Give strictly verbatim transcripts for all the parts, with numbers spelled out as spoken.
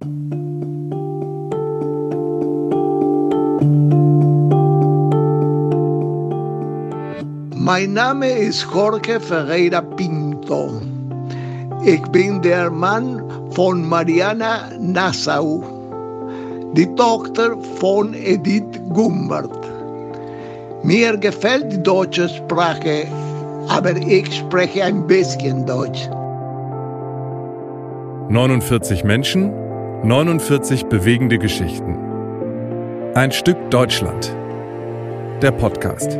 Mein Name ist Jorge Ferreira Pinto. Ich bin der Mann von Mariana Nassau, die Tochter von Edith Gumbert. Mir gefällt die deutsche Sprache, aber ich spreche ein bisschen Deutsch. neunundvierzig Menschen, neunundvierzig bewegende Geschichten. Ein Stück Deutschland. Der Podcast.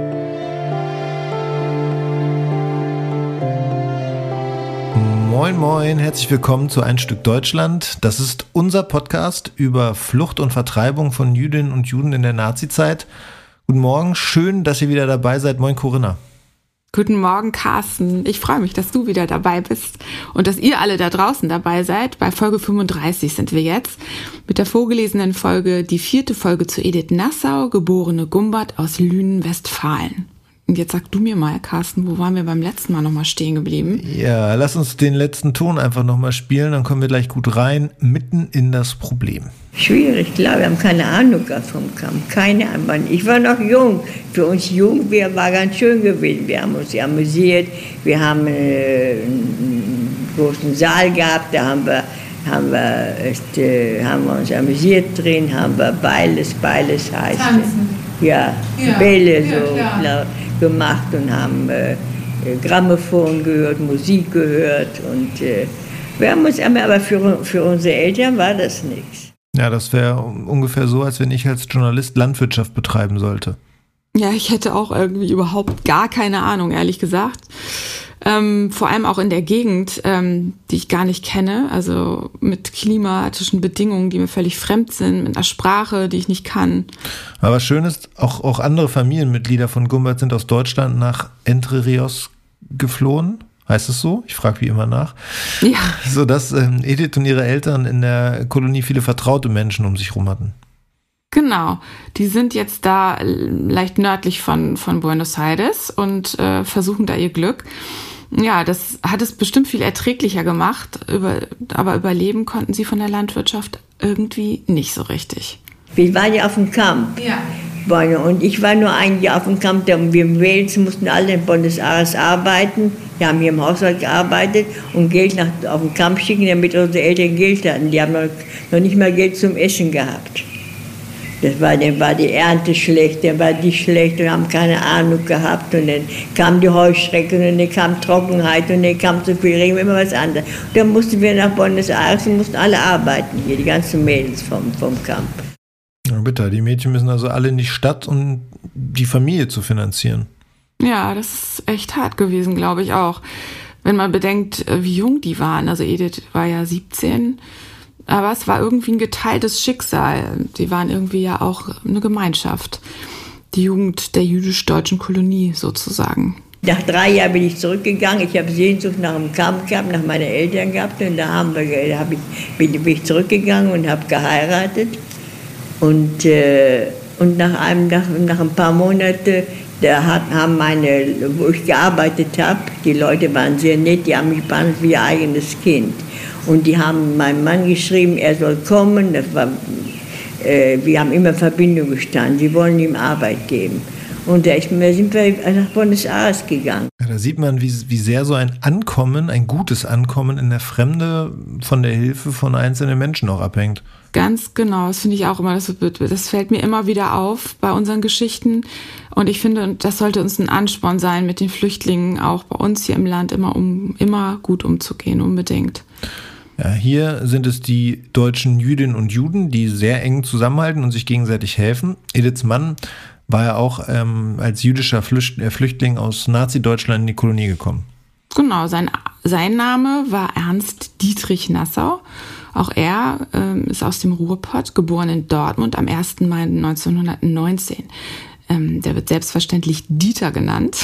Moin moin, herzlich willkommen zu Ein Stück Deutschland. Das ist unser Podcast über Flucht und Vertreibung von Jüdinnen und Juden in der Nazizeit. Guten Morgen, schön, dass ihr wieder dabei seid. Moin Corinna. Guten Morgen, Carsten. Ich freue mich, dass du wieder dabei bist und dass ihr alle da draußen dabei seid. Bei Folge fünfunddreißig sind wir jetzt mit der vorgelesenen Folge, die vierte Folge zu Edith Nassau, geborene Gumbert aus Lünen, Westfalen. Und jetzt sag du mir mal, Carsten, wo waren wir beim letzten Mal nochmal stehen geblieben? Ja, lass uns den letzten Ton einfach nochmal spielen, dann kommen wir gleich gut rein, mitten in das Problem. Schwierig, klar, wir haben keine Ahnung vom Kampf, keine Ahnung. Ich war noch jung, für uns jung wir, war ganz schön gewesen. Wir haben uns amüsiert, wir haben äh, einen großen Saal gehabt, da haben wir, haben wir, äh, haben wir uns amüsiert drin, haben wir Beiles, Beiles heißt. Tanzen. Ja, ja, Bälle so ja, gemacht und haben äh, Grammophon gehört, Musik gehört und äh, wir haben uns, aber für, für unsere Eltern war das nichts. Ja, das wäre ungefähr so, als wenn ich als Journalist Landwirtschaft betreiben sollte. Ja, ich hätte auch irgendwie überhaupt gar keine Ahnung, ehrlich gesagt. Ähm, vor allem auch in der Gegend, ähm, die ich gar nicht kenne, also mit klimatischen Bedingungen, die mir völlig fremd sind, mit einer Sprache, die ich nicht kann. Aber schön ist, auch, auch andere Familienmitglieder von Gumbert sind aus Deutschland nach Entre Rios geflohen. Heißt es so? Ich frage wie immer nach. Ja. Sodass ähm, Edith und ihre Eltern in der Kolonie viele vertraute Menschen um sich rum hatten. Genau, die sind jetzt da leicht nördlich von, von Buenos Aires und äh, versuchen da ihr Glück. Ja, das hat es bestimmt viel erträglicher gemacht, über, aber überleben konnten sie von der Landwirtschaft irgendwie nicht so richtig. Wir waren ja auf dem Camp. Ja. Und ich war nur ein Jahr auf dem Camp, wir in Wales mussten alle in Buenos Aires arbeiten. Wir haben hier im Haushalt gearbeitet und Geld nach, auf den Camp schicken, damit unsere Eltern Geld hatten. Die haben noch, noch nicht mal Geld zum Essen gehabt. Das war, dann war die Ernte schlecht, dann war die schlecht und haben keine Ahnung gehabt. Und dann kam die Heuschrecken und dann kam Trockenheit und dann kam so viel Regen, immer was anderes. Und dann mussten wir nach Buenos Aires und mussten alle arbeiten hier, die ganzen Mädels vom, vom Camp. Ja, bitte, die Mädchen müssen also alle in die Stadt, um die Familie zu finanzieren. Ja, das ist echt hart gewesen, glaube ich auch. Wenn man bedenkt, wie jung die waren. Also Edith war ja siebzehn. Aber es war irgendwie ein geteiltes Schicksal. Die waren irgendwie ja auch eine Gemeinschaft. Die Jugend der jüdisch-deutschen Kolonie sozusagen. Nach drei Jahren bin ich zurückgegangen. Ich habe Sehnsucht nach dem Camp gehabt, nach meinen Eltern gehabt. Und da, haben wir, da hab ich, bin, bin ich zurückgegangen und habe geheiratet. Und, äh, und nach, einem, nach, nach ein paar Monaten, da hat, haben meine, wo ich gearbeitet habe, die Leute waren sehr nett, die haben mich behandelt wie ihr eigenes Kind. Und die haben meinem Mann geschrieben, er soll kommen. Das war, äh, wir haben immer in Verbindung gestanden. Sie wollen ihm Arbeit geben. Und da sind wir nach Buenos Aires gegangen. Ja, da sieht man, wie, wie sehr so ein Ankommen, ein gutes Ankommen in der Fremde von der Hilfe von einzelnen Menschen auch abhängt. Ganz genau, das finde ich auch immer, das, das fällt mir immer wieder auf bei unseren Geschichten. Und ich finde, das sollte uns ein Ansporn sein, mit den Flüchtlingen auch bei uns hier im Land immer, um, immer gut umzugehen, unbedingt. Ja, hier sind es die deutschen Jüdinnen und Juden, die sehr eng zusammenhalten und sich gegenseitig helfen. Ediths Mann war ja auch ähm, als jüdischer Flüchtling aus Nazi-Deutschland in die Kolonie gekommen. Genau, sein, sein Name war Ernst Dietrich Nassau. Auch er ähm, ist aus dem Ruhrpott, geboren in Dortmund am ersten Mai neunzehnhundertneunzehn. Ähm, der wird selbstverständlich Dieter genannt.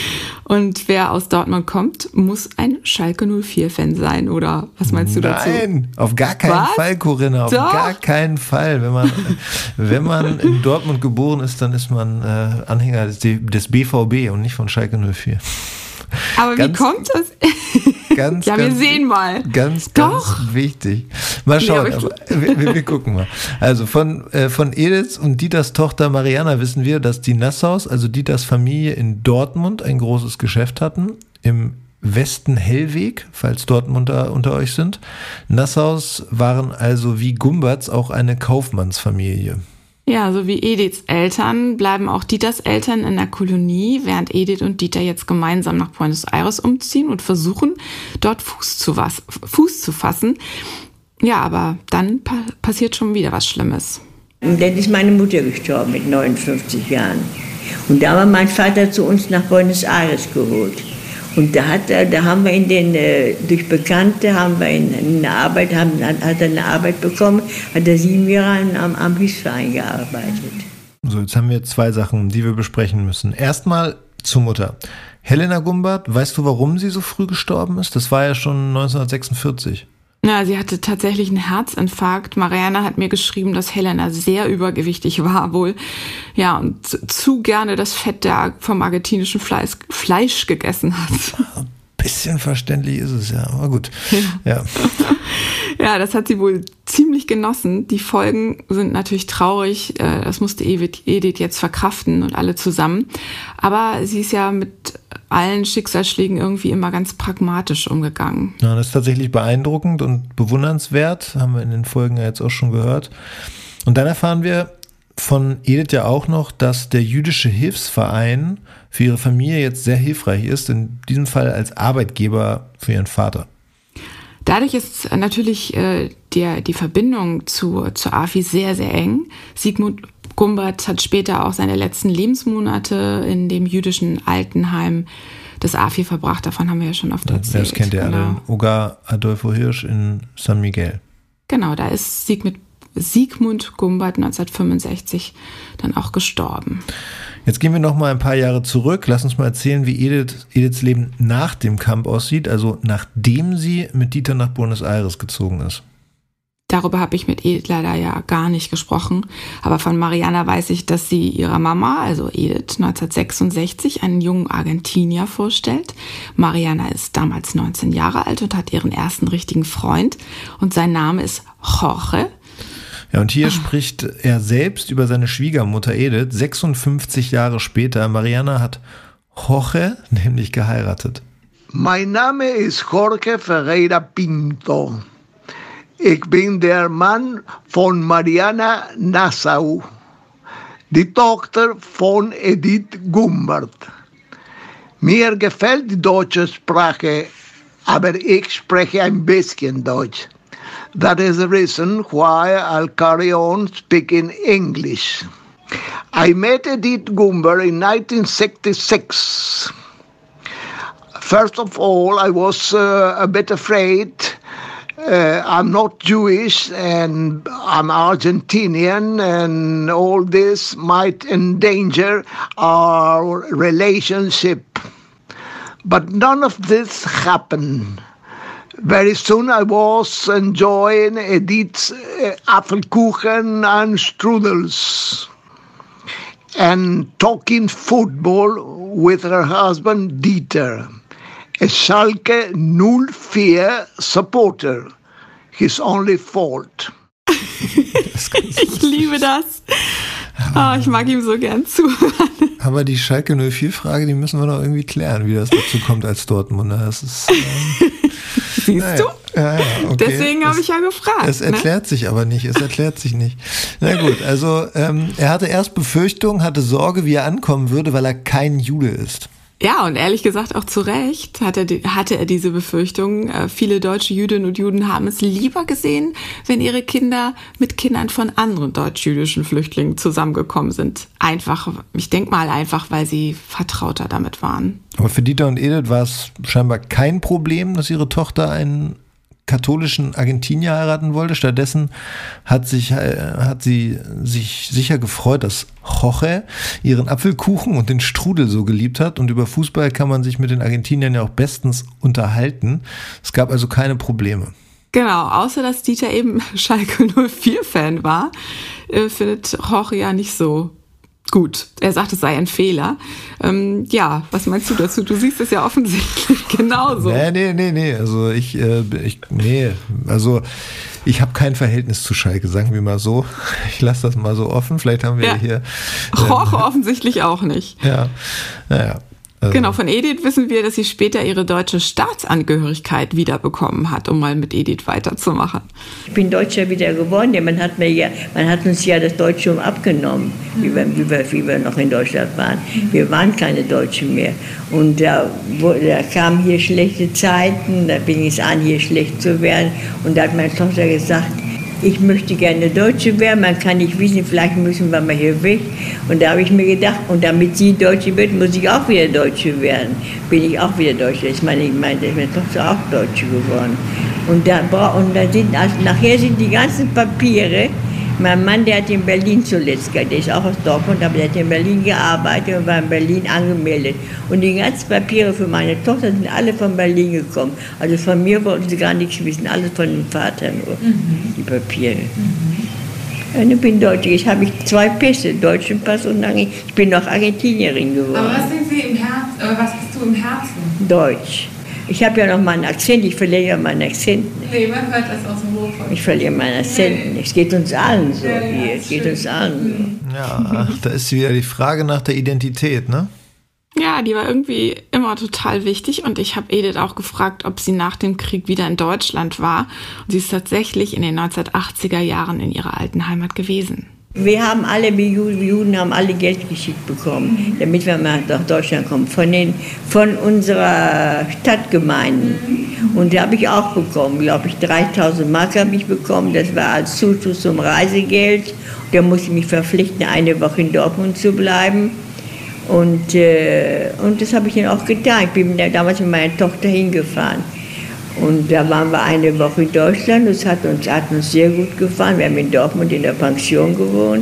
Und wer aus Dortmund kommt, muss ein Schalke null vier Fan sein, oder was meinst du dazu? Nein, auf gar keinen was? Fall, Corinna, auf Doch. gar keinen Fall. Wenn man, wenn man in Dortmund geboren ist, dann ist man äh, Anhänger des, des B V B und nicht von Schalke null vier. Aber ganz, wie kommt das? ganz, ja, wir ganz, sehen mal. Ganz, ganz Doch. wichtig. Mal schauen, Nee, aber aber wir, wir, wir gucken mal. Also von, äh, von Ediths und Dieters Tochter Mariana wissen wir, dass die Nassaus, also Dieters Familie in Dortmund, ein großes Geschäft hatten. Im Westen Hellweg, falls Dortmunder unter euch sind. Nassaus waren also wie Gumberts auch eine Kaufmannsfamilie. Ja, so wie Ediths Eltern bleiben auch Dieters Eltern in der Kolonie, während Edith und Dieter jetzt gemeinsam nach Buenos Aires umziehen und versuchen, dort Fuß zu, was, Fuß zu fassen. Ja, aber dann pa- passiert schon wieder was Schlimmes. Und dann ist meine Mutter gestorben mit neunundfünfzig Jahren. Und da war mein Vater zu uns nach Buenos Aires geholt. Und da, hat er, da haben wir in den, äh, durch Bekannte haben wir in, in eine Arbeit, haben, hat, hat er eine Arbeit bekommen, hat er sieben Jahre am, am Hilfsverein gearbeitet. So, jetzt haben wir zwei Sachen, die wir besprechen müssen. Erstmal zur Mutter. Helena Gumbert, weißt du, warum sie so früh gestorben ist? Das war ja schon neunzehnhundertsechsundvierzig. Ja, sie hatte tatsächlich einen Herzinfarkt. Mariana hat mir geschrieben, dass Helena sehr übergewichtig war wohl. Ja, und zu, zu gerne das Fett der, vom argentinischen Fleisch, Fleisch gegessen hat. Ein bisschen verständlich ist es ja, aber gut. Ja. Ja. Ja, das hat sie wohl ziemlich genossen. Die Folgen sind natürlich traurig. Das musste Edith jetzt verkraften und alle zusammen. Aber sie ist ja mit allen Schicksalsschlägen irgendwie immer ganz pragmatisch umgegangen. Ja, das ist tatsächlich beeindruckend und bewundernswert. Haben wir in den Folgen ja jetzt auch schon gehört. Und dann erfahren wir von Edith ja auch noch, dass der jüdische Hilfsverein für ihre Familie jetzt sehr hilfreich ist. In diesem Fall als Arbeitgeber für ihren Vater. Dadurch ist natürlich äh, der, die Verbindung zu, zur A F I sehr, sehr eng. Sigmund Gumbert hat später auch seine letzten Lebensmonate in dem jüdischen Altenheim des A F I verbracht. Davon haben wir ja schon oft erzählt. Das kennt ihr genau. alle. Ogar Adolfo Hirsch in San Miguel. Genau, da ist Sigmund, Sigmund Gumbert neunzehnhundertfünfundsechzig dann auch gestorben. Jetzt gehen wir noch mal ein paar Jahre zurück. Lass uns mal erzählen, wie Edith, Ediths Leben nach dem Kampf aussieht, also nachdem sie mit Dieter nach Buenos Aires gezogen ist. Darüber habe ich mit Edith leider ja gar nicht gesprochen. Aber von Mariana weiß ich, dass sie ihrer Mama, also Edith, neunzehnhundertsechsundsechzig einen jungen Argentinier vorstellt. Mariana ist damals neunzehn Jahre alt und hat ihren ersten richtigen Freund. Und sein Name ist Jorge. Ja, und hier ah. spricht er selbst über seine Schwiegermutter Edith, sechsundfünfzig Jahre später. Mariana hat Jorge nämlich geheiratet. Mein Name ist Jorge Ferreira Pinto. Ich bin der Mann von Mariana Nassau, die Tochter von Edith Gumbert. Mir gefällt die deutsche Sprache, aber ich spreche ein bisschen Deutsch. That is the reason why I'll carry on speaking English. I met Edith Gumbert in nineteen sixty-six. First of all, I was uh, a bit afraid. Uh, I'm not Jewish and I'm Argentinian, and all this might endanger our relationship. But none of this happened. Very soon I was enjoying Edith's uh, Apfelkuchen and strudels and talking football with her husband Dieter, a Schalke null vier supporter. His only fault. Ich liebe das. Oh, ich mag ihm so gern zuhören. Aber die Schalke null vier Frage, die müssen wir noch irgendwie klären, wie das dazu kommt als Dortmunder. Das ist, ähm, Siehst naja. du? Ja, ja, okay. Deswegen habe ich ja gefragt. Es erklärt ne? sich aber nicht, es erklärt sich nicht. Na gut, also ähm, er hatte erst Befürchtungen, hatte Sorge, wie er ankommen würde, weil er kein Jude ist. Ja, und ehrlich gesagt auch zu Recht hatte, hatte er diese Befürchtung. Viele deutsche Jüdinnen und Juden haben es lieber gesehen, wenn ihre Kinder mit Kindern von anderen deutsch-jüdischen Flüchtlingen zusammengekommen sind. Einfach, ich denke mal einfach, weil sie vertrauter damit waren. Aber für Dieter und Edith war es scheinbar kein Problem, dass ihre Tochter einen katholischen Argentinier heiraten wollte. Stattdessen hat, sich, hat sie sich sicher gefreut, dass Jorge ihren Apfelkuchen und den Strudel so geliebt hat. Und über Fußball kann man sich mit den Argentiniern ja auch bestens unterhalten. Es gab also keine Probleme. Genau, außer dass Dieter eben Schalke null vier Fan war, äh, findet Jorge ja nicht so Gut, er sagt, es sei ein Fehler. Ähm, ja, was meinst du dazu? Du siehst es ja offensichtlich genauso. Nee, nee, nee, nee. Also ich, äh, ich nee, also ich habe kein Verhältnis zu Schalke, sagen wir mal so. Ich lasse das mal so offen. Vielleicht haben wir ja hier... Jorge ähm, offensichtlich auch nicht. Ja, naja. Also. Genau, von Edith wissen wir, dass sie später ihre deutsche Staatsangehörigkeit wiederbekommen hat, um mal mit Edith weiterzumachen. Ich bin Deutscher wieder geworden, denn man hat, mir ja, man hat uns ja das Deutsche abgenommen, wie wir, wie, wir, wie wir noch in Deutschland waren. Wir waren keine Deutschen mehr. Und da, wo, da kamen hier schlechte Zeiten, da fing es an, hier schlecht zu werden. Und da hat meine Tochter gesagt, ich möchte gerne Deutsche werden, man kann nicht wissen, vielleicht müssen wir mal hier weg. Und da habe ich mir gedacht, und damit sie Deutsche wird, muss ich auch wieder Deutsche werden. Bin ich auch wieder Deutsche. Ich meine, ich meine, meine Tochter auch Deutsche geworden. Und, da, und da sind, also nachher sind die ganzen Papiere, mein Mann, der hat in Berlin zuletzt, der ist auch aus Dortmund, aber der hat in Berlin gearbeitet und war in Berlin angemeldet. Und die ganzen Papiere für meine Tochter sind alle von Berlin gekommen. Also von mir wollten sie gar nichts wissen, alles von dem Vater nur, mhm. die Papiere. Mhm. Und ich bin Deutsch, jetzt habe ich zwei Pässe, deutschen Pass und Argentin. Ich bin noch Argentinierin geworden. Aber was sind Sie im Herzen, äh, was bist du im Herzen? Deutsch. Ich habe ja noch meinen Akzent, ich verliere ja meinen Akzent nicht. Nee, man hört das aus dem Ruhrpott. Ich verliere meinen Akzent nicht. Es geht uns allen so ja, hier. Es geht uns allen so. Ja, da ist wieder die Frage nach der Identität, ne? Ja, die war irgendwie immer total wichtig und ich habe Edith auch gefragt, ob sie nach dem Krieg wieder in Deutschland war. Und sie ist tatsächlich in den neunzehnhundertachtziger Jahren in ihrer alten Heimat gewesen. Wir haben alle, wir Juden haben alle Geld geschickt bekommen, damit wir mal nach Deutschland kommen, von, den, von unserer Stadtgemeinden. Und da habe ich auch bekommen, glaube ich, dreitausend Mark habe ich bekommen, das war als Zuschuss zum Reisegeld. Da musste ich mich verpflichten, eine Woche in Dortmund zu bleiben. Und, äh, und das habe ich dann auch getan. Ich bin damals mit meiner Tochter hingefahren. Und da waren wir eine Woche in Deutschland, das hat uns, hat uns sehr gut gefallen. Wir haben in Dortmund in der Pension gewohnt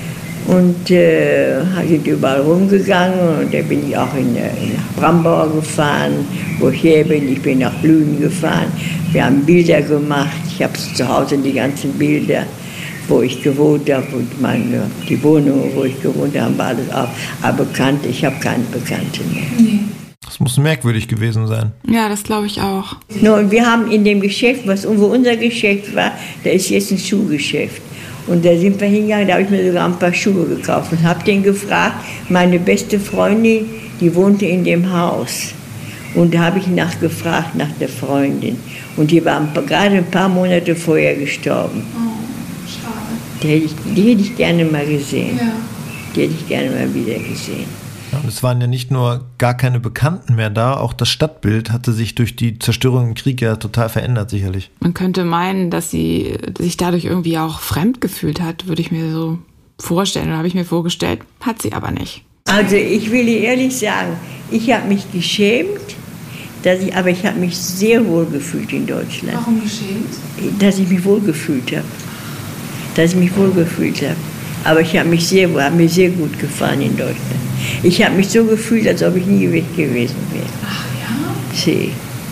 und äh, sind überall rumgegangen. Und da bin ich auch in, in nach Brambauer gefahren, wo ich her bin. Ich bin nach Lünen gefahren. Wir haben Bilder gemacht. Ich habe zu Hause die ganzen Bilder, wo ich gewohnt habe. Und meine, die Wohnung, wo ich gewohnt habe, war alles auch. Aber Bekannte, ich habe keine Bekannte mehr. Nee. Das muss merkwürdig gewesen sein. Ja, das glaube ich auch. No, und wir haben in dem Geschäft, was, wo unser Geschäft war, da ist jetzt ein Schuhgeschäft. Und da sind wir hingegangen, da habe ich mir sogar ein paar Schuhe gekauft und habe den gefragt, meine beste Freundin, die wohnte in dem Haus. Und da habe ich nachgefragt nach der Freundin. Und die war gerade ein paar Monate vorher gestorben. Oh, schade. Die hätte ich, die hätte ich gerne mal gesehen. Ja. Die hätte ich gerne mal wieder gesehen. Ja, und es waren ja nicht nur gar keine Bekannten mehr da, auch das Stadtbild hatte sich durch die Zerstörung im Krieg ja total verändert, sicherlich. Man könnte meinen, dass sie sich dadurch irgendwie auch fremd gefühlt hat, würde ich mir so vorstellen, oder habe ich mir vorgestellt, hat sie aber nicht. Also ich will dir ehrlich sagen, ich habe mich geschämt, dass ich, aber ich habe mich sehr wohl gefühlt in Deutschland. Warum geschämt? Dass ich mich wohl gefühlt habe. Dass ich mich wohl gefühlt habe. Aber ich habe mich sehr, habe mir sehr gut gefallen in Deutschland. Ich habe mich so gefühlt, als ob ich nie weg gewesen wäre. Ach ja? See.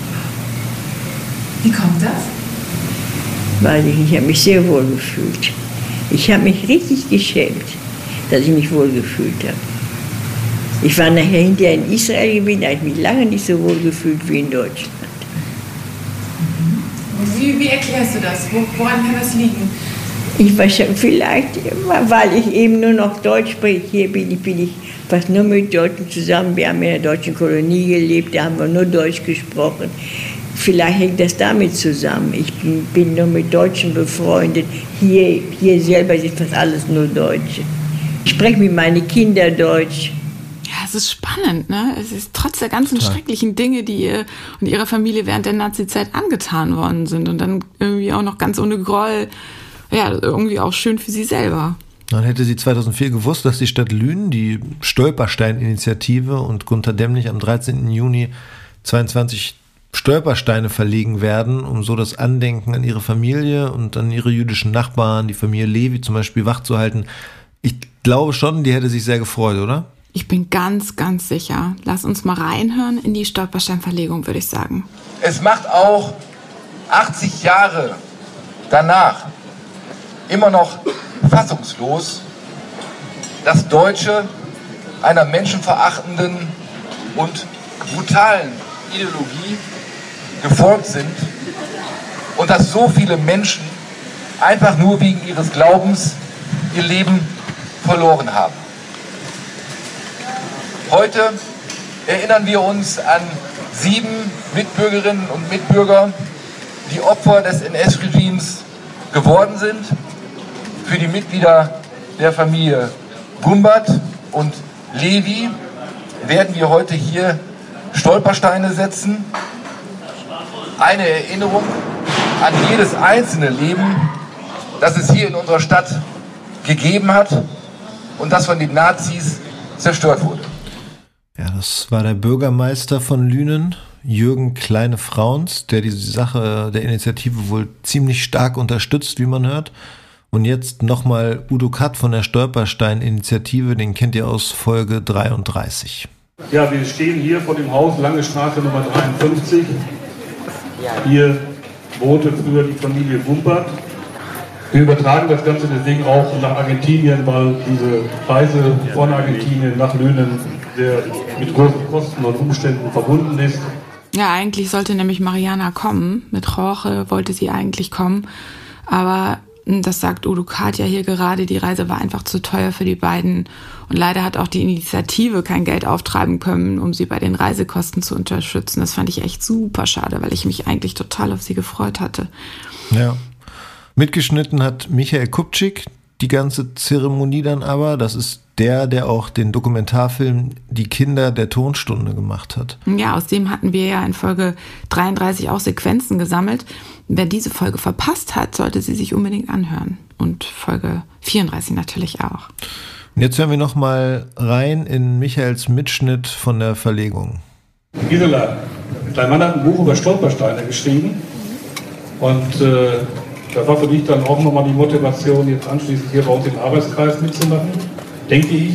Wie kommt das? Weiß ich nicht, ich habe mich sehr wohl gefühlt. Ich habe mich richtig geschämt, dass ich mich wohl gefühlt habe. Ich war nachher hinterher in Israel gewesen, da habe ich mich lange nicht so wohl gefühlt wie in Deutschland. Wie, wie erklärst du das? Wo, woran kann das liegen? Ich weiß vielleicht, weil ich eben nur noch Deutsch spreche. Hier bin ich, bin ich fast nur mit Deutschen zusammen. Wir haben in der deutschen Kolonie gelebt, da haben wir nur Deutsch gesprochen. Vielleicht hängt das damit zusammen. Ich bin, bin nur mit Deutschen befreundet. Hier, hier selber sind fast alles nur Deutsche. Ich spreche mit meinen Kindern Deutsch. Ja, es ist spannend, ne? Es ist trotz der ganzen Total. schrecklichen Dinge, die ihr und ihrer Familie während der Nazi-Zeit angetan worden sind und dann irgendwie auch noch ganz ohne Groll, ja, irgendwie auch schön für sie selber. Dann hätte sie zweitausendvier gewusst, dass die Stadt Lünen, die Stolperstein-Initiative und Gunter Demmlich am dreizehnten Juni zweiundzwanzig Stolpersteine verlegen werden, um so das Andenken an ihre Familie und an ihre jüdischen Nachbarn, die Familie Levi zum Beispiel, wachzuhalten. Ich glaube schon, die hätte sich sehr gefreut, oder? Ich bin ganz, ganz sicher. Lass uns mal reinhören in die Stolpersteinverlegung, würde ich sagen. Es macht auch achtzig Jahre danach immer noch fassungslos, dass Deutsche einer menschenverachtenden und brutalen Ideologie gefolgt sind und dass so viele Menschen einfach nur wegen ihres Glaubens ihr Leben verloren haben. Heute erinnern wir uns an sieben Mitbürgerinnen und Mitbürger, die Opfer des N S-Regimes geworden sind. Für die Mitglieder der Familie Gumbert und Levi werden wir heute hier Stolpersteine setzen. Eine Erinnerung an jedes einzelne Leben, das es hier in unserer Stadt gegeben hat und das von den Nazis zerstört wurde. Ja, das war der Bürgermeister von Lünen, Jürgen Kleine-Frauns, der diese Sache der Initiative wohl ziemlich stark unterstützt, wie man hört. Und jetzt nochmal Udo Katt von der Stolperstein-Initiative, den kennt ihr aus Folge dreiunddreißig. Ja, wir stehen hier vor dem Haus Lange Straße Nummer dreiundfünfzig. Hier wohnte früher die Familie Gumbert. Wir übertragen das Ganze deswegen auch nach Argentinien, weil diese Reise von Argentinien nach Lünen sehr mit großen Kosten und Umständen verbunden ist. Ja, eigentlich sollte nämlich Mariana kommen. Mit Jorge wollte sie eigentlich kommen. Aber das sagt Udo Katt ja hier gerade, die Reise war einfach zu teuer für die beiden. Und leider hat auch die Initiative kein Geld auftreiben können, um sie bei den Reisekosten zu unterstützen. Das fand ich echt super schade, weil ich mich eigentlich total auf sie gefreut hatte. Ja. Mitgeschnitten hat Michael Kupczyk die ganze Zeremonie dann aber. Das ist der, der auch den Dokumentarfilm Die Kinder der Tonstunde gemacht hat. Ja, aus dem hatten wir ja in Folge dreiunddreißig auch Sequenzen gesammelt. Wer diese Folge verpasst hat, sollte sie sich unbedingt anhören. Und Folge vierunddreißig natürlich auch. Und jetzt hören wir noch mal rein in Michaels Mitschnitt von der Verlegung. Gisela, dein Mann hat ein Buch über Stolpersteine geschrieben. Und äh, das war für dich dann auch nochmal die Motivation, jetzt anschließend hier bei uns den Arbeitskreis mitzumachen, denke ich.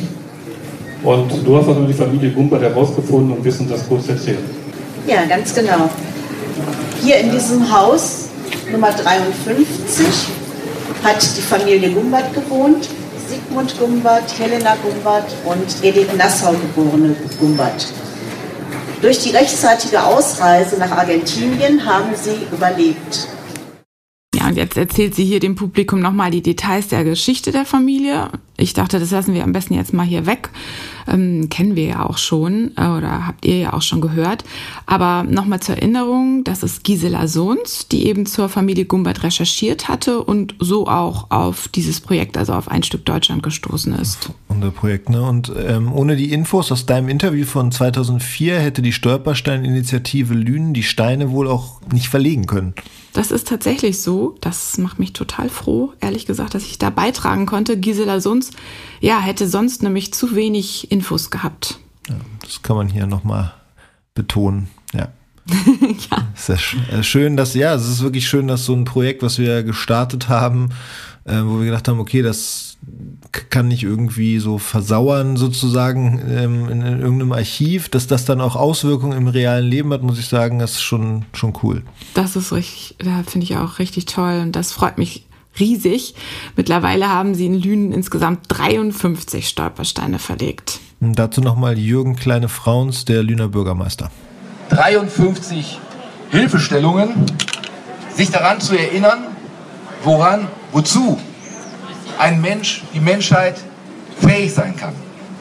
Und du hast also die Familie Gumbert herausgefunden und wissen das kurz erzählen. Ja, ganz genau. Hier in diesem Haus, Nummer dreiundfünfzig, hat die Familie Gumbert gewohnt. Sigmund Gumbert, Helena Gumbert und Edith Nassau geborene Gumbert. Durch die rechtzeitige Ausreise nach Argentinien haben sie überlebt. Ja, und jetzt erzählt sie hier dem Publikum nochmal die Details der Geschichte der Familie. Ich dachte, das lassen wir am besten jetzt mal hier weg. Ähm, kennen wir ja auch schon äh, oder habt ihr ja auch schon gehört. Aber nochmal zur Erinnerung, das ist Gisela Sohns, die eben zur Familie Gumbert recherchiert hatte und so auch auf dieses Projekt, also auf Ein Stück Deutschland gestoßen ist. Unser Projekt, ne? Und ähm, ohne die Infos aus deinem Interview von zweitausendvier hätte die Stolperstein-Initiative Lünen die Steine wohl auch nicht verlegen können. Das ist tatsächlich so. Das macht mich total froh, ehrlich gesagt, dass ich da beitragen konnte. Gisela Sohns, ja, hätte sonst nämlich zu wenig Infos gehabt. Ja, das kann man hier nochmal betonen, ja. Ja. Sehr schön, dass, ja, es ist wirklich schön, dass so ein Projekt, was wir gestartet haben, äh, wo wir gedacht haben, okay, das kann nicht irgendwie so versauern sozusagen ähm, in, in irgendeinem Archiv, dass das dann auch Auswirkungen im realen Leben hat, muss ich sagen, das ist schon, schon cool. Das ist richtig, da finde ich auch richtig toll und das freut mich riesig. Mittlerweile haben sie in Lünen insgesamt dreiundfünfzig Stolpersteine verlegt. Und dazu nochmal Jürgen Kleine-Frauns, der Lüner Bürgermeister. dreiundfünfzig Hilfestellungen, sich daran zu erinnern, woran, wozu ein Mensch, die Menschheit fähig sein kann.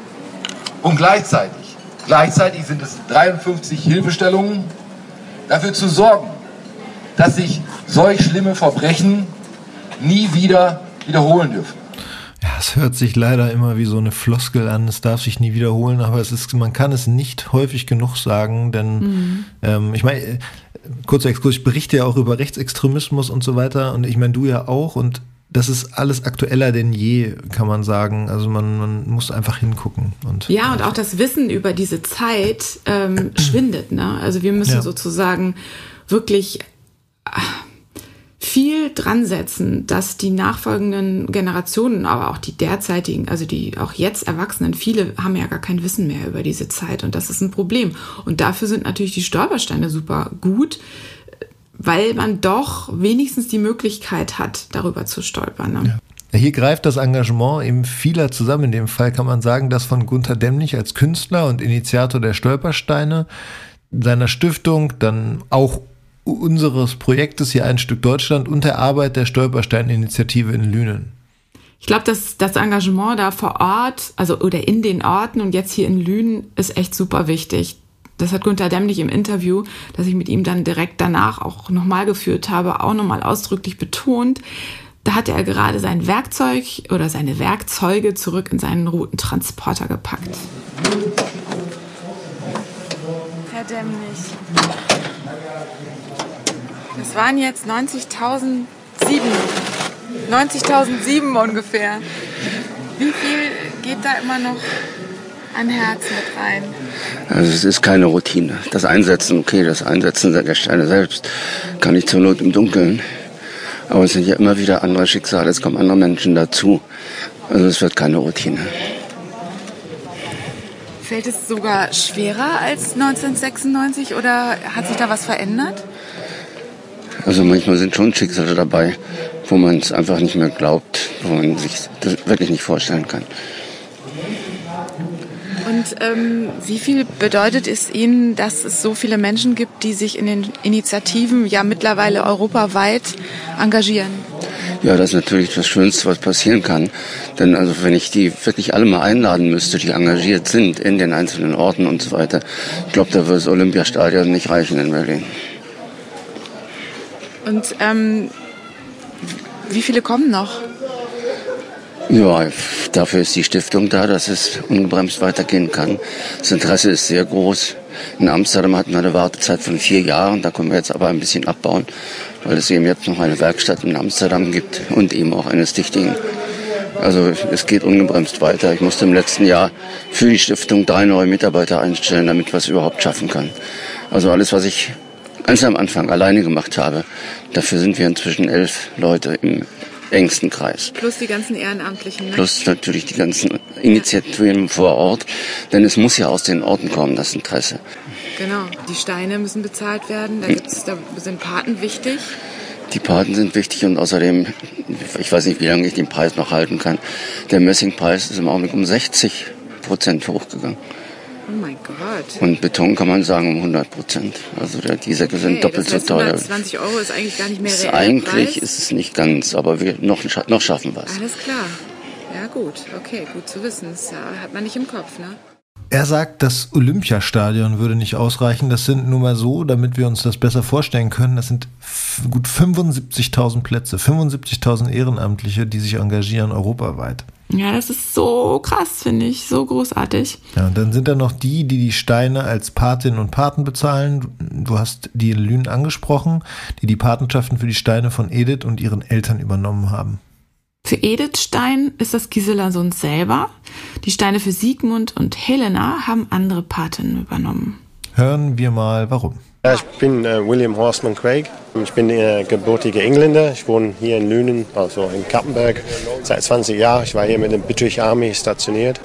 Und gleichzeitig, gleichzeitig sind es dreiundfünfzig Hilfestellungen, dafür zu sorgen, dass sich solch schlimme Verbrechen nie wieder wiederholen dürfen. Ja, es hört sich leider immer wie so eine Floskel an, es darf sich nie wiederholen, aber es ist, man kann es nicht häufig genug sagen, denn mhm. ähm, ich meine, kurzer Exkurs, ich berichte ja auch über Rechtsextremismus und so weiter und ich meine, du ja auch und das ist alles aktueller denn je, kann man sagen. Also man, man muss einfach hingucken. Und, ja, und auch das Wissen über diese Zeit ähm, schwindet. Ne? Also wir müssen ja. sozusagen wirklich viel dran setzen, dass die nachfolgenden Generationen, aber auch die derzeitigen, also die auch jetzt Erwachsenen, viele haben ja gar kein Wissen mehr über diese Zeit und das ist ein Problem. Und dafür sind natürlich die Stolpersteine super gut, weil man doch wenigstens die Möglichkeit hat, darüber zu stolpern. Ne? Ja. Hier greift das Engagement eben vieler zusammen. In dem Fall kann man sagen, dass von Gunter Demnig als Künstler und Initiator der Stolpersteine, seiner Stiftung, dann auch unseres Projektes hier Ein Stück Deutschland und der Arbeit der Stolperstein-Initiative in Lünen. Ich glaube, dass das Engagement da vor Ort, also oder in den Orten und jetzt hier in Lünen, ist echt super wichtig. Das hat Gunter Demnig im Interview, das ich mit ihm dann direkt danach auch nochmal geführt habe, auch nochmal ausdrücklich betont. Da hatte er gerade sein Werkzeug oder seine Werkzeuge zurück in seinen roten Transporter gepackt. Herr Demnig, das waren jetzt neunzigtausendsieben. neunzigtausendsieben ungefähr. Wie viel geht da immer noch an Herz mit rein? Also es ist keine Routine. Das Einsetzen, okay, das Einsetzen der Steine selbst kann ich zur Not im Dunkeln. Aber es sind ja immer wieder andere Schicksale, es kommen andere Menschen dazu. Also es wird keine Routine. Fällt es sogar schwerer als neunzehnhundertsechsundneunzig oder hat sich da was verändert? Also manchmal sind schon Schicksale dabei, wo man es einfach nicht mehr glaubt, wo man sich das wirklich nicht vorstellen kann. Und ähm, wie viel bedeutet es Ihnen, dass es so viele Menschen gibt, die sich in den Initiativen ja mittlerweile europaweit engagieren? Ja, das ist natürlich das Schönste, was passieren kann. Denn also wenn ich die wirklich alle mal einladen müsste, die engagiert sind in den einzelnen Orten und so weiter, ich glaube, da würde das Olympiastadion nicht reichen in Berlin. Und ähm, wie viele kommen noch? Ja, dafür ist die Stiftung da, dass es ungebremst weitergehen kann. Das Interesse ist sehr groß. In Amsterdam hatten wir eine Wartezeit von vier Jahren. Da können wir jetzt aber ein bisschen abbauen, weil es eben jetzt noch eine Werkstatt in Amsterdam gibt und eben auch eine Stichting. Also es geht ungebremst weiter. Ich musste im letzten Jahr für die Stiftung drei neue Mitarbeiter einstellen, damit wir es überhaupt schaffen können. Also alles, was ich ganz am Anfang alleine gemacht habe, dafür sind wir inzwischen elf Leute im engsten Kreis. Plus die ganzen Ehrenamtlichen, ne? Plus natürlich die ganzen Initiativen vor Ort, denn es muss ja aus den Orten kommen, das Interesse. Genau, die Steine müssen bezahlt werden, da, gibt's, da sind Paten wichtig. Die Paten sind wichtig und außerdem, ich weiß nicht, wie lange ich den Preis noch halten kann, der Messingpreis ist im Augenblick um sechzig Prozent hochgegangen. Oh mein Gott. Und Beton kann man sagen um hundert Prozent. Also der, die Säcke okay, sind doppelt das heißt, so teuer. hundertzwanzig Euro ist eigentlich gar nicht mehr reell. Eigentlich Preis. ist es nicht ganz, aber wir noch, noch schaffen wir es. Alles klar. Ja gut, okay, gut zu wissen. Das hat man nicht im Kopf, ne? Er sagt, das Olympiastadion würde nicht ausreichen. Das sind nur mal so, damit wir uns das besser vorstellen können, das sind f- gut fünfundsiebzigtausend Plätze, fünfundsiebzigtausend Ehrenamtliche, die sich engagieren europaweit. Ja, das ist so krass, finde ich, so großartig. Ja, und dann sind da noch die, die die Steine als Patinnen und Paten bezahlen. Du hast die in Lünen angesprochen, die die Patenschaften für die Steine von Edith und ihren Eltern übernommen haben. Für Edith Stein ist das Gisela Sohn selber. Die Steine für Sigmund und Helena haben andere Patinnen übernommen. Hören wir mal, warum. Ich bin äh, William Horstman Craig. Ich bin äh, gebürtiger Engländer. Ich wohne hier in Lünen, also in Kappenberg, seit zwanzig Jahren. Ich war hier mit der British Army stationiert.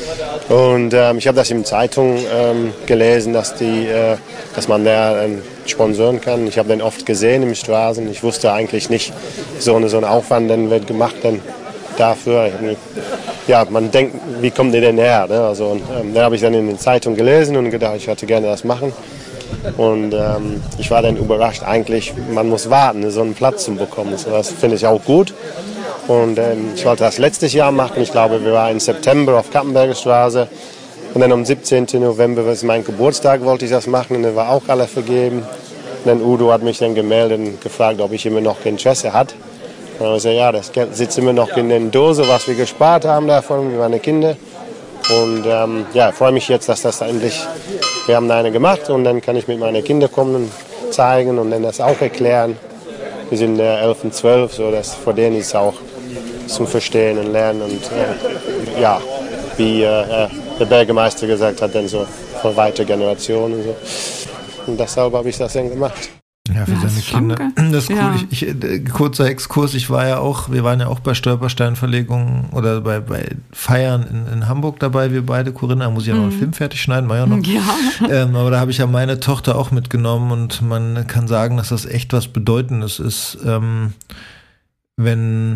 Und ähm, ich habe das in der Zeitung ähm, gelesen, dass, die, äh, dass man da ähm, sponsoren kann. Ich habe den oft gesehen im Straßen. Ich wusste eigentlich nicht, so eine so ein Aufwand dann wird gemacht dann dafür. Ja, man denkt, wie kommt ihr denn her? Ne? Also, und, ähm, da habe ich dann in der Zeitung gelesen und gedacht, ich hätte gerne das machen. Und ähm, ich war dann überrascht, eigentlich, man muss warten, so einen Platz zu bekommen. So, das finde ich auch gut. Und ähm, ich wollte das letztes Jahr machen. Ich glaube, wir waren im September auf Kappenberger Straße. Und dann am siebzehnten November, das ist mein Geburtstag, wollte ich das machen. Und dann war auch alle vergeben. Und dann Udo hat mich dann gemeldet und gefragt, ob ich immer noch Interesse hat. Und dann habe ich gesagt, ja, das Geld sitzt immer noch in der Dose, was wir gespart haben davon, wie meine Kinder. Und ähm, ja, ich freue mich jetzt, dass das endlich, wir haben eine gemacht und dann kann ich mit meinen Kindern kommen und zeigen und dann das auch erklären. Wir sind äh, elf und zwölf, so dass für denen ist es auch zum Verstehen und Lernen und äh, ja, wie äh, der Bürgermeister gesagt hat, dann so für weitere Generationen und so. Und deshalb habe ich das dann gemacht. Ja, für ja, seine Kinder. Das ist cool. Ja. Ich, ich, kurzer Exkurs, ich war ja auch, wir waren ja auch bei Stolpersteinverlegungen oder bei, bei Feiern in, in Hamburg dabei, wir beide. Corinna, muss ich ja noch einen Mhm. Film fertig schneiden, war ja noch. Ja. Ähm, aber da habe ich ja meine Tochter auch mitgenommen und man kann sagen, dass das echt was Bedeutendes ist, ähm, wenn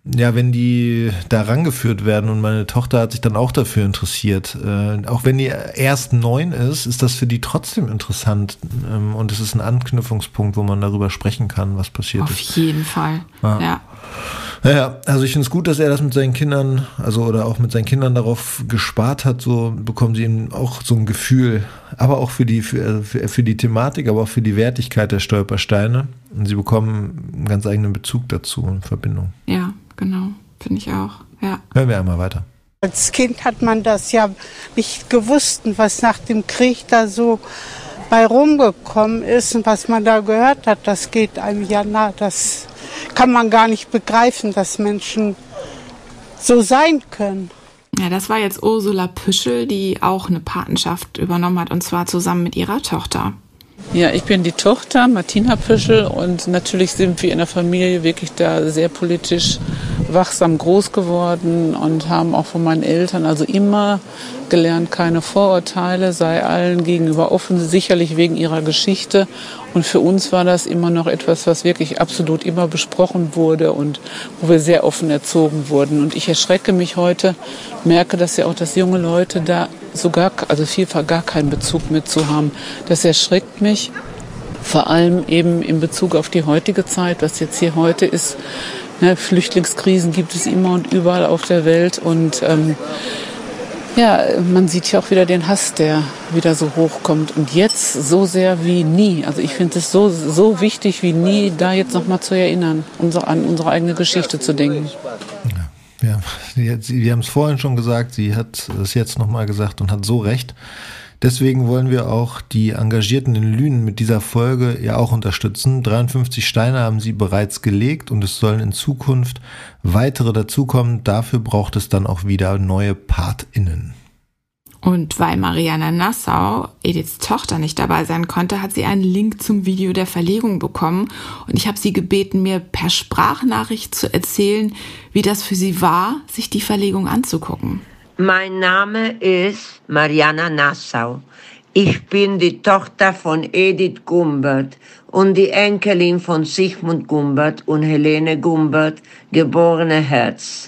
ja, wenn die da rangeführt werden und meine Tochter hat sich dann auch dafür interessiert, äh, auch wenn die erst neun ist, ist das für die trotzdem interessant ähm, und es ist ein Anknüpfungspunkt, wo man darüber sprechen kann, was passiert Auf ist. Auf jeden Fall, ja. ja. Naja, also ich finde es gut, dass er das mit seinen Kindern, also oder auch mit seinen Kindern darauf gespart hat, so bekommen sie eben auch so ein Gefühl, aber auch für die, für, für, für die Thematik, aber auch für die Wertigkeit der Stolpersteine und sie bekommen einen ganz eigenen Bezug dazu in Verbindung. Ja, genau, finde ich auch, ja. Hören wir einmal weiter. Als Kind hat man das ja nicht gewusst, was nach dem Krieg da so bei rumgekommen ist und was man da gehört hat, das geht einem ja nah, das kann man gar nicht begreifen, dass Menschen so sein können. Ja, das war jetzt Ursula Püschel, die auch eine Patenschaft übernommen hat, und zwar zusammen mit ihrer Tochter. Ja, ich bin die Tochter, Martina Püschel, und natürlich sind wir in der Familie wirklich da sehr politisch wachsam groß geworden und haben auch von meinen Eltern also immer gelernt, keine Vorurteile, sei allen gegenüber offen, sicherlich wegen ihrer Geschichte. Und für uns war das immer noch etwas, was wirklich absolut immer besprochen wurde und wo wir sehr offen erzogen wurden. Und ich erschrecke mich heute, merke, dass ja auch, dass junge Leute da sogar, also vielfach gar keinen Bezug mit zu haben. Das erschreckt mich, vor allem eben in Bezug auf die heutige Zeit, was jetzt hier heute ist. Ne, Flüchtlingskrisen gibt es immer und überall auf der Welt und ähm, ja, man sieht ja auch wieder den Hass, der wieder so hochkommt. Und jetzt so sehr wie nie. Also ich finde es so, so wichtig wie nie, da jetzt nochmal zu erinnern, unsere, an unsere eigene Geschichte zu denken. Ja, wir, wir haben es vorhin schon gesagt, sie hat es jetzt nochmal gesagt und hat so recht. Deswegen wollen wir auch die Engagierten in Lünen mit dieser Folge ja auch unterstützen. dreiundfünfzig Steine haben sie bereits gelegt und es sollen in Zukunft weitere dazukommen. Dafür braucht es dann auch wieder neue PatInnen. Und weil Mariana Nassau, Ediths Tochter, nicht dabei sein konnte, hat sie einen Link zum Video der Verlegung bekommen. Und ich habe sie gebeten, mir per Sprachnachricht zu erzählen, wie das für sie war, sich die Verlegung anzugucken. Mein Name ist Mariana Nassau. Ich bin die Tochter von Edith Gumbert und die Enkelin von Sigmund Gumbert und Helene Gumbert, geborene Herz.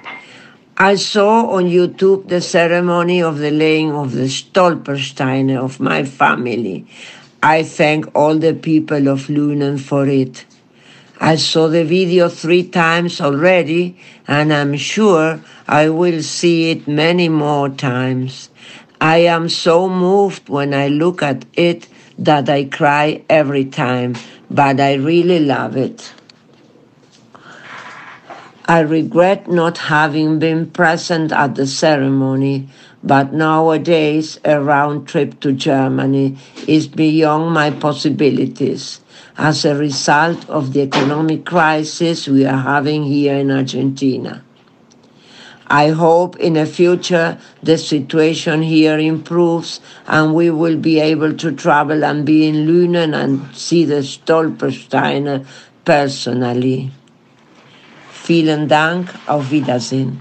I saw on YouTube the ceremony of the laying of the Stolpersteine of my family. I thank all the people of Lünen for it. I saw the video three times already, and I'm sure I will see it many more times. I am so moved when I look at it that I cry every time, but I really love it. I regret not having been present at the ceremony, but nowadays a round trip to Germany is beyond my possibilities as a result of the economic crisis we are having here in Argentina. I hope in the future the situation here improves and we will be able to travel and be in Lünen and see the Stolpersteine personally. Vielen Dank, auf Wiedersehen.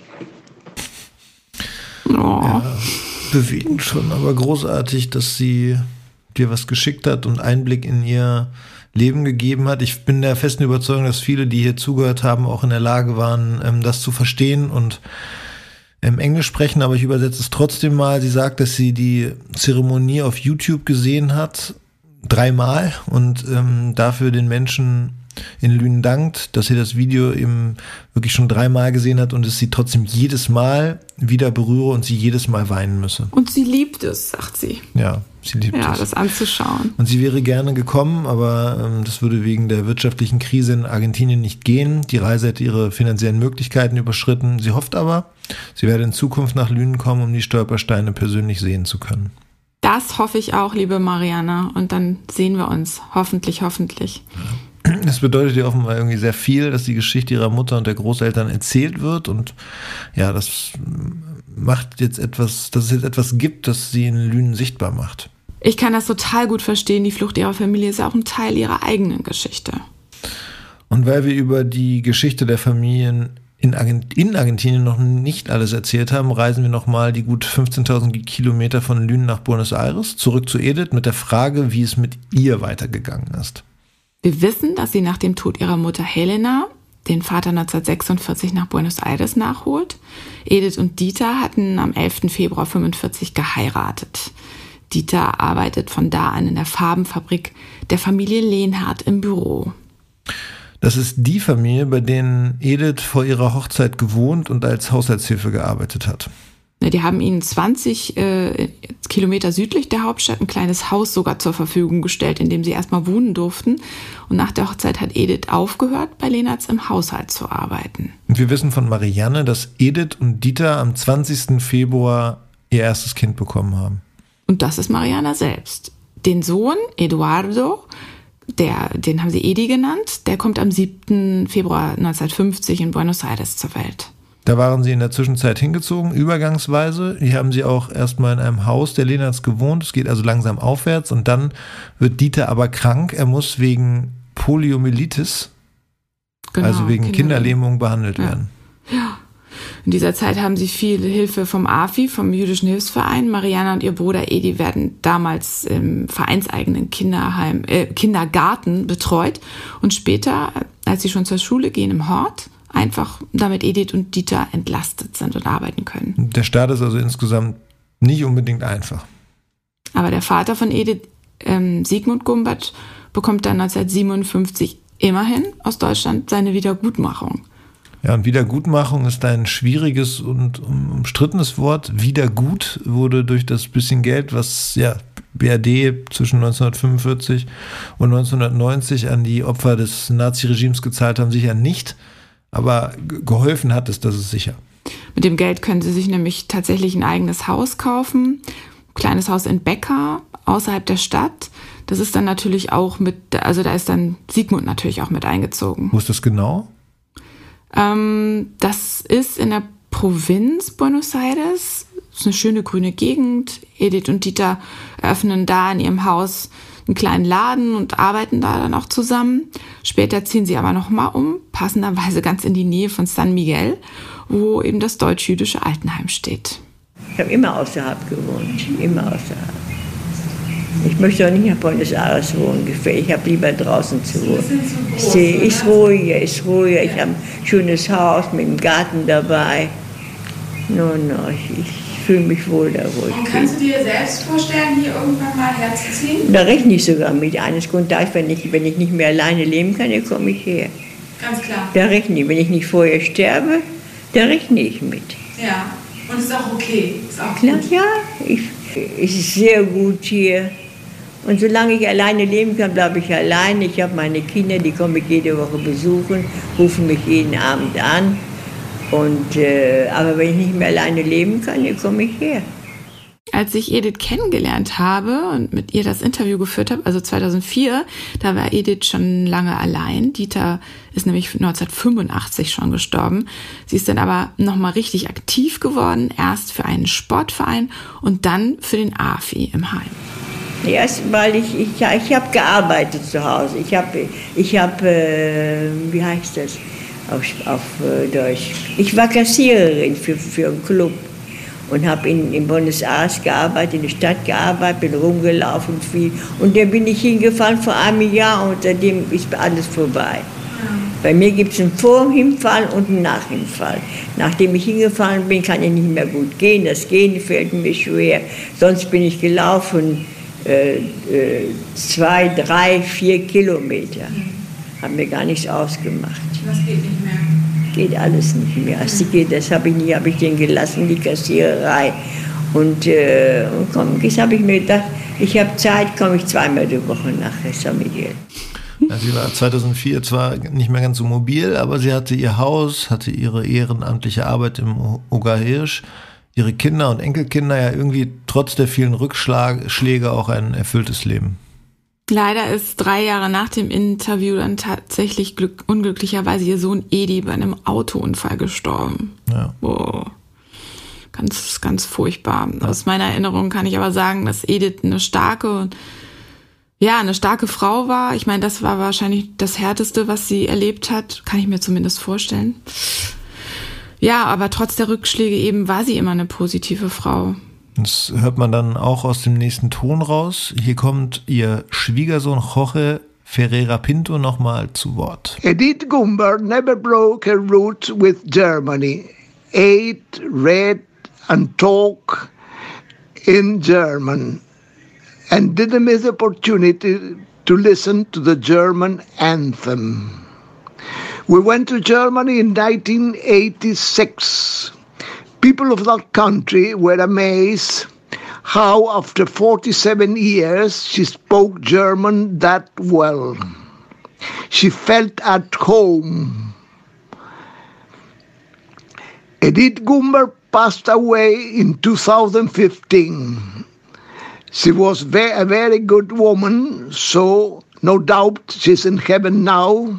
Oh. Ja, bewegend schon, aber großartig, dass sie dir was geschickt hat und Einblick in ihr Leben gegeben hat. Ich bin der festen Überzeugung, dass viele, die hier zugehört haben, auch in der Lage waren, das zu verstehen und im Englisch sprechen, aber ich übersetze es trotzdem mal. Sie sagt, dass sie die Zeremonie auf YouTube gesehen hat, dreimal, und ähm, dafür den Menschen in Lünen dankt, dass sie das Video eben wirklich schon dreimal gesehen hat und es sie trotzdem jedes Mal wieder berühre und sie jedes Mal weinen müsse. Und sie liebt es, sagt sie. Ja, sie liebt ja, es. das anzuschauen. Und sie wäre gerne gekommen, aber ähm, das würde wegen der wirtschaftlichen Krise in Argentinien nicht gehen. Die Reise hätte ihre finanziellen Möglichkeiten überschritten. Sie hofft aber, sie werde in Zukunft nach Lünen kommen, um die Stolpersteine persönlich sehen zu können. Das hoffe ich auch, liebe Mariana. Und dann sehen wir uns. Hoffentlich, hoffentlich. Ja. Das bedeutet ja offenbar irgendwie sehr viel, dass die Geschichte ihrer Mutter und der Großeltern erzählt wird und ja, das macht jetzt etwas, dass es jetzt etwas gibt, das sie in Lünen sichtbar macht. Ich kann das total gut verstehen. Die Flucht ihrer Familie ist auch ein Teil ihrer eigenen Geschichte. Und weil wir über die Geschichte der Familien in, Argent- in Argentinien noch nicht alles erzählt haben, reisen wir nochmal die gut fünfzehntausend Kilometer von Lünen nach Buenos Aires zurück zu Edith mit der Frage, wie es mit ihr weitergegangen ist. Wir wissen, dass sie nach dem Tod ihrer Mutter Helena den Vater neunzehnhundertsechsundvierzig nach Buenos Aires nachholt. Edith und Dieter hatten am elften Februar fünfundvierzig geheiratet. Dieter arbeitet von da an in der Farbenfabrik der Familie Lehnhardt im Büro. Das ist die Familie, bei denen Edith vor ihrer Hochzeit gewohnt und als Haushaltshilfe gearbeitet hat. Die haben ihnen zwanzig äh, Kilometer südlich der Hauptstadt ein kleines Haus sogar zur Verfügung gestellt, in dem sie erstmal wohnen durften. Und nach der Hochzeit hat Edith aufgehört, bei Lehnhardts im Haushalt zu arbeiten. Und wir wissen von Marianne, dass Edith und Dieter am zwanzigsten Februar ihr erstes Kind bekommen haben. Und das ist Marianne selbst. Den Sohn, Eduardo, der, den haben sie Edi genannt, der kommt am siebten Februar neunzehnhundertfünfzig in Buenos Aires zur Welt. Da waren sie in der Zwischenzeit hingezogen, übergangsweise. Hier haben sie auch erstmal in einem Haus der Lehnhardts gewohnt. Es geht also langsam aufwärts. Und dann wird Dieter aber krank. Er muss wegen Poliomyelitis, genau, also wegen Kinderlähmung, behandelt ja. werden. Ja. In dieser Zeit haben sie viel Hilfe vom A F I, vom Jüdischen Hilfsverein. Marianne und ihr Bruder Edi werden damals im vereinseigenen Kinderheim, äh, Kindergarten betreut. Und später, als sie schon zur Schule gehen, im Hort. Einfach damit Edith und Dieter entlastet sind und arbeiten können. Der Start ist also insgesamt nicht unbedingt einfach. Aber der Vater von Edith, ähm, Sigmund Gumbert, bekommt dann neunzehnhundertsiebenundfünfzig immerhin aus Deutschland seine Wiedergutmachung. Ja, und Wiedergutmachung ist ein schwieriges und umstrittenes Wort. Wiedergut wurde durch das bisschen Geld, was ja B R D zwischen neunzehnhundertfünfundvierzig und neunzehnhundertneunzig an die Opfer des Naziregimes gezahlt haben, sicher nicht. Aber geholfen hat es, das ist sicher. Mit dem Geld können sie sich nämlich tatsächlich ein eigenes Haus kaufen. Ein kleines Haus in Becker, außerhalb der Stadt. Das ist dann natürlich auch mit, also da ist dann Sigmund natürlich auch mit eingezogen. Wo ist das genau? Ähm, das ist in der Provinz Buenos Aires. Das ist eine schöne grüne Gegend. Edith und Dieter eröffnen da in ihrem Haus einen kleinen Laden und arbeiten da dann auch zusammen. Später ziehen sie aber nochmal um, passenderweise ganz in die Nähe von San Miguel, wo eben das deutsch-jüdische Altenheim steht. Ich habe immer außerhalb gewohnt, immer außerhalb. Ich möchte auch nicht nach Buenos Aires wohnen, ich habe lieber draußen zu wohnen. Es ist ruhiger, ist ruhiger, ich habe ein schönes Haus mit einem Garten dabei. No, no, ich, ich fühle mich wohl da, wo ich bin. Und kannst du dir selbst vorstellen, hier irgendwann mal herzuziehen? Da rechne ich sogar mit. Eines Grundtags, wenn ich, wenn ich nicht mehr alleine leben kann, dann komme ich her. Ganz klar. Da rechne ich. Wenn ich nicht vorher sterbe, da rechne ich mit. Ja, und ist auch okay. Ist auch klar, gut. ja. Ich, es ist sehr gut hier. Und solange ich alleine leben kann, bleibe ich allein. Ich habe meine Kinder, die komme ich jede Woche besuchen, rufen mich jeden Abend an. Und, äh, aber wenn ich nicht mehr alleine leben kann, dann komme ich her. Als ich Edith kennengelernt habe und mit ihr das Interview geführt habe, also zweitausendvier, da war Edith schon lange allein. Dieter ist nämlich neunzehnhundertfünfundachtzig schon gestorben. Sie ist dann aber nochmal richtig aktiv geworden, erst für einen Sportverein und dann für den A F I im Heim. Erst, weil ich, ich, ich habe gearbeitet zu Hause. Ich habe, ich hab, äh, wie heißt das auf, auf äh, Deutsch? Ich war Kassiererin für, für einen Club und habe in, in Buenos Aires gearbeitet, in der Stadt gearbeitet, bin rumgelaufen viel. Und dann bin ich hingefahren vor einem Jahr und seitdem ist alles vorbei. Ja. Bei mir gibt es einen Vorhinfall und einen Nachhinfall. Nachdem ich hingefahren bin, kann ich nicht mehr gut gehen. Das Gehen fällt mir schwer. Sonst bin ich gelaufen äh, äh, zwei, drei, vier Kilometer. Mhm. Hat mir gar nichts ausgemacht. Das geht nicht mehr. Geht alles nicht mehr. Also geht, das habe ich nie, habe ich den gelassen, die Kassiererei. Und, äh, und komm, jetzt habe ich mir gedacht, ich habe Zeit, komme ich zweimal die Woche nach San Miguel. Also sie war zweitausendvier zwar nicht mehr ganz so mobil, aber sie hatte ihr Haus, hatte ihre ehrenamtliche Arbeit im Ogar Hirsch, ihre Kinder und Enkelkinder, ja irgendwie trotz der vielen Rückschläge auch ein erfülltes Leben. Leider ist drei Jahre nach dem Interview dann tatsächlich glück, unglücklicherweise ihr Sohn Edi bei einem Autounfall gestorben. Ja. Boah. Ganz, ganz furchtbar. Ja. Aus meiner Erinnerung kann ich aber sagen, dass Edith eine starke, ja, eine starke Frau war. Ich meine, das war wahrscheinlich das Härteste, was sie erlebt hat. Kann ich mir zumindest vorstellen. Ja, aber trotz der Rückschläge eben war sie immer eine positive Frau. Das hört man dann auch aus dem nächsten Ton raus. Hier kommt ihr Schwiegersohn Jorge Ferreira Pinto nochmal zu Wort. Edith Gumbert never broke her roots with Germany. Ate, read and talked in German and didn't miss the opportunity to listen to the German anthem. We went to Germany in nineteen eighty-six. People of that country were amazed how after forty-seven years she spoke German that well. She felt at home. Edith Gumbert passed away in two thousand fifteen. She was ve- a very good woman, so no doubt she's in heaven now,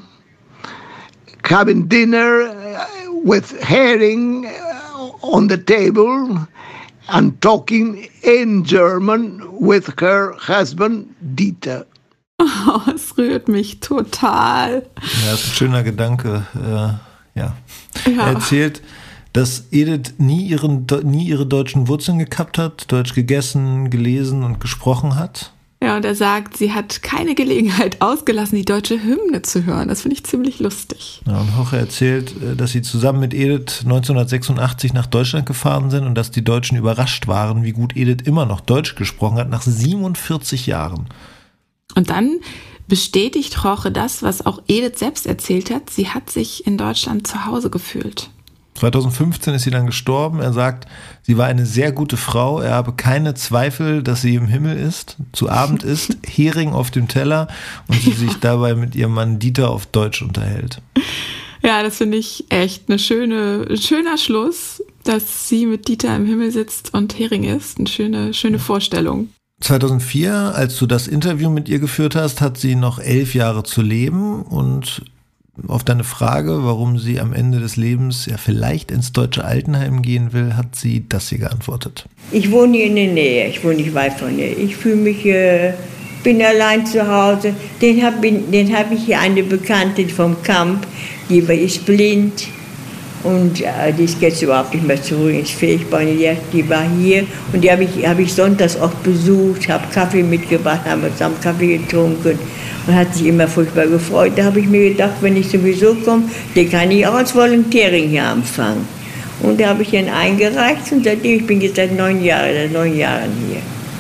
having dinner with herring on the table and talking in German with her husband Dieter. Oh, es rührt mich total. Ja, das ist ein schöner Gedanke. Äh, ja. Ja. Er erzählt, dass Edith nie, ihren, nie ihre deutschen Wurzeln gekappt hat, Deutsch gegessen, gelesen und gesprochen hat. Ja, und er sagt, sie hat keine Gelegenheit ausgelassen, die deutsche Hymne zu hören. Das finde ich ziemlich lustig. Ja, und Jorge erzählt, dass sie zusammen mit Edith neunzehnhundertsechsundachtzig nach Deutschland gefahren sind und dass die Deutschen überrascht waren, wie gut Edith immer noch Deutsch gesprochen hat, nach siebenundvierzig Jahren. Und dann bestätigt Jorge das, was auch Edith selbst erzählt hat. Sie hat sich in Deutschland zu Hause gefühlt. zweitausendfünfzehn ist sie dann gestorben. Er sagt, sie war eine sehr gute Frau. Er habe keine Zweifel, dass sie im Himmel ist, zu Abend isst, Hering auf dem Teller und sie sich dabei mit ihrem Mann Dieter auf Deutsch unterhält. Ja, das finde ich echt eine schöne, ein schöner Schluss, dass sie mit Dieter im Himmel sitzt und Hering isst. Eine schöne, schöne Vorstellung. zweitausendvier, als du das Interview mit ihr geführt hast, hat sie noch elf Jahre zu leben und auf deine Frage, warum sie am Ende des Lebens ja vielleicht ins deutsche Altenheim gehen will, hat sie das hier geantwortet. Ich wohne hier in der Nähe, ich wohne nicht weit von hier. Ich fühle mich, äh, bin allein zu Hause. Den habe den hab ich hier eine Bekannte vom Camp, die ist blind und äh, die ist jetzt überhaupt nicht mehr zurück ins Fähigbein. Die, die war hier und die habe ich, hab ich sonntags oft besucht, habe Kaffee mitgebracht, haben zusammen Kaffee getrunken. Und hat sich immer furchtbar gefreut. Da habe ich mir gedacht, wenn ich sowieso komme, den kann ich auch als Volontärin hier anfangen. Und da habe ich ihn eingereicht und seitdem, ich bin jetzt seit neun Jahren, seit neun Jahren hier.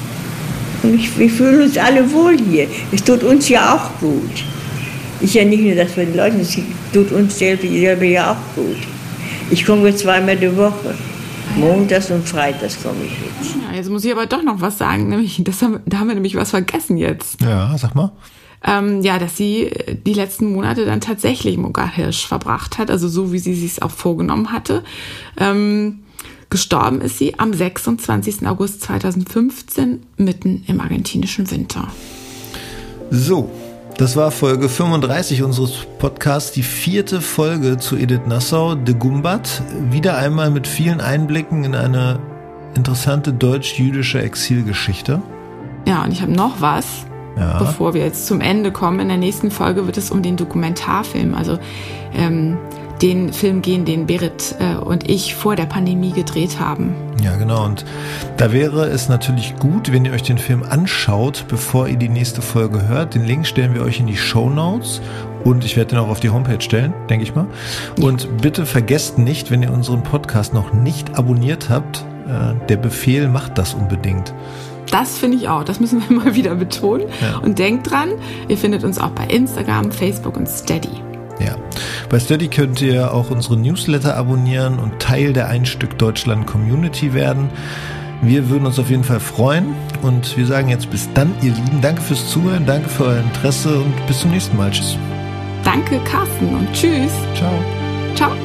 Und ich, wir fühlen uns alle wohl hier. Es tut uns ja auch gut. Ist ja nicht nur das für die Leute, es tut uns selber, selber ja auch gut. Ich komme zweimal die Woche. Montags und Freitags komme ich jetzt. Ja, jetzt muss ich aber doch noch was sagen, nämlich, das haben, da haben wir nämlich was vergessen jetzt. Ja, sag mal. Ähm, ja, dass sie die letzten Monate dann tatsächlich Muckerhirsch verbracht hat, also so, wie sie es auch vorgenommen hatte. Ähm, gestorben ist sie am sechsundzwanzigsten August zweitausendfünfzehn, mitten im argentinischen Winter. So, das war Folge fünfunddreißig unseres Podcasts, die vierte Folge zu Edith Nassau, de Gumbert. Wieder einmal mit vielen Einblicken in eine interessante deutsch-jüdische Exilgeschichte. Ja, und ich habe noch was. Ja. Bevor wir jetzt zum Ende kommen, in der nächsten Folge wird es um den Dokumentarfilm, also ähm, den Film gehen, den Berit äh, und ich vor der Pandemie gedreht haben. Ja, genau. Und da wäre es natürlich gut, wenn ihr euch den Film anschaut, bevor ihr die nächste Folge hört. Den Link stellen wir euch in die Shownotes und ich werde den auch auf die Homepage stellen, denke ich mal. Und bitte vergesst nicht, wenn ihr unseren Podcast noch nicht abonniert habt, äh, der Befehl macht das unbedingt. Das finde ich auch, das müssen wir immer wieder betonen. Ja. Und denkt dran, ihr findet uns auch bei Instagram, Facebook und Steady. Ja, bei Steady könnt ihr auch unsere Newsletter abonnieren und Teil der Ein Stück Deutschland Community werden. Wir würden uns auf jeden Fall freuen und wir sagen jetzt bis dann, ihr Lieben. Danke fürs Zuhören, danke für euer Interesse und bis zum nächsten Mal. Tschüss. Danke, Carsten, und tschüss. Ciao. Ciao.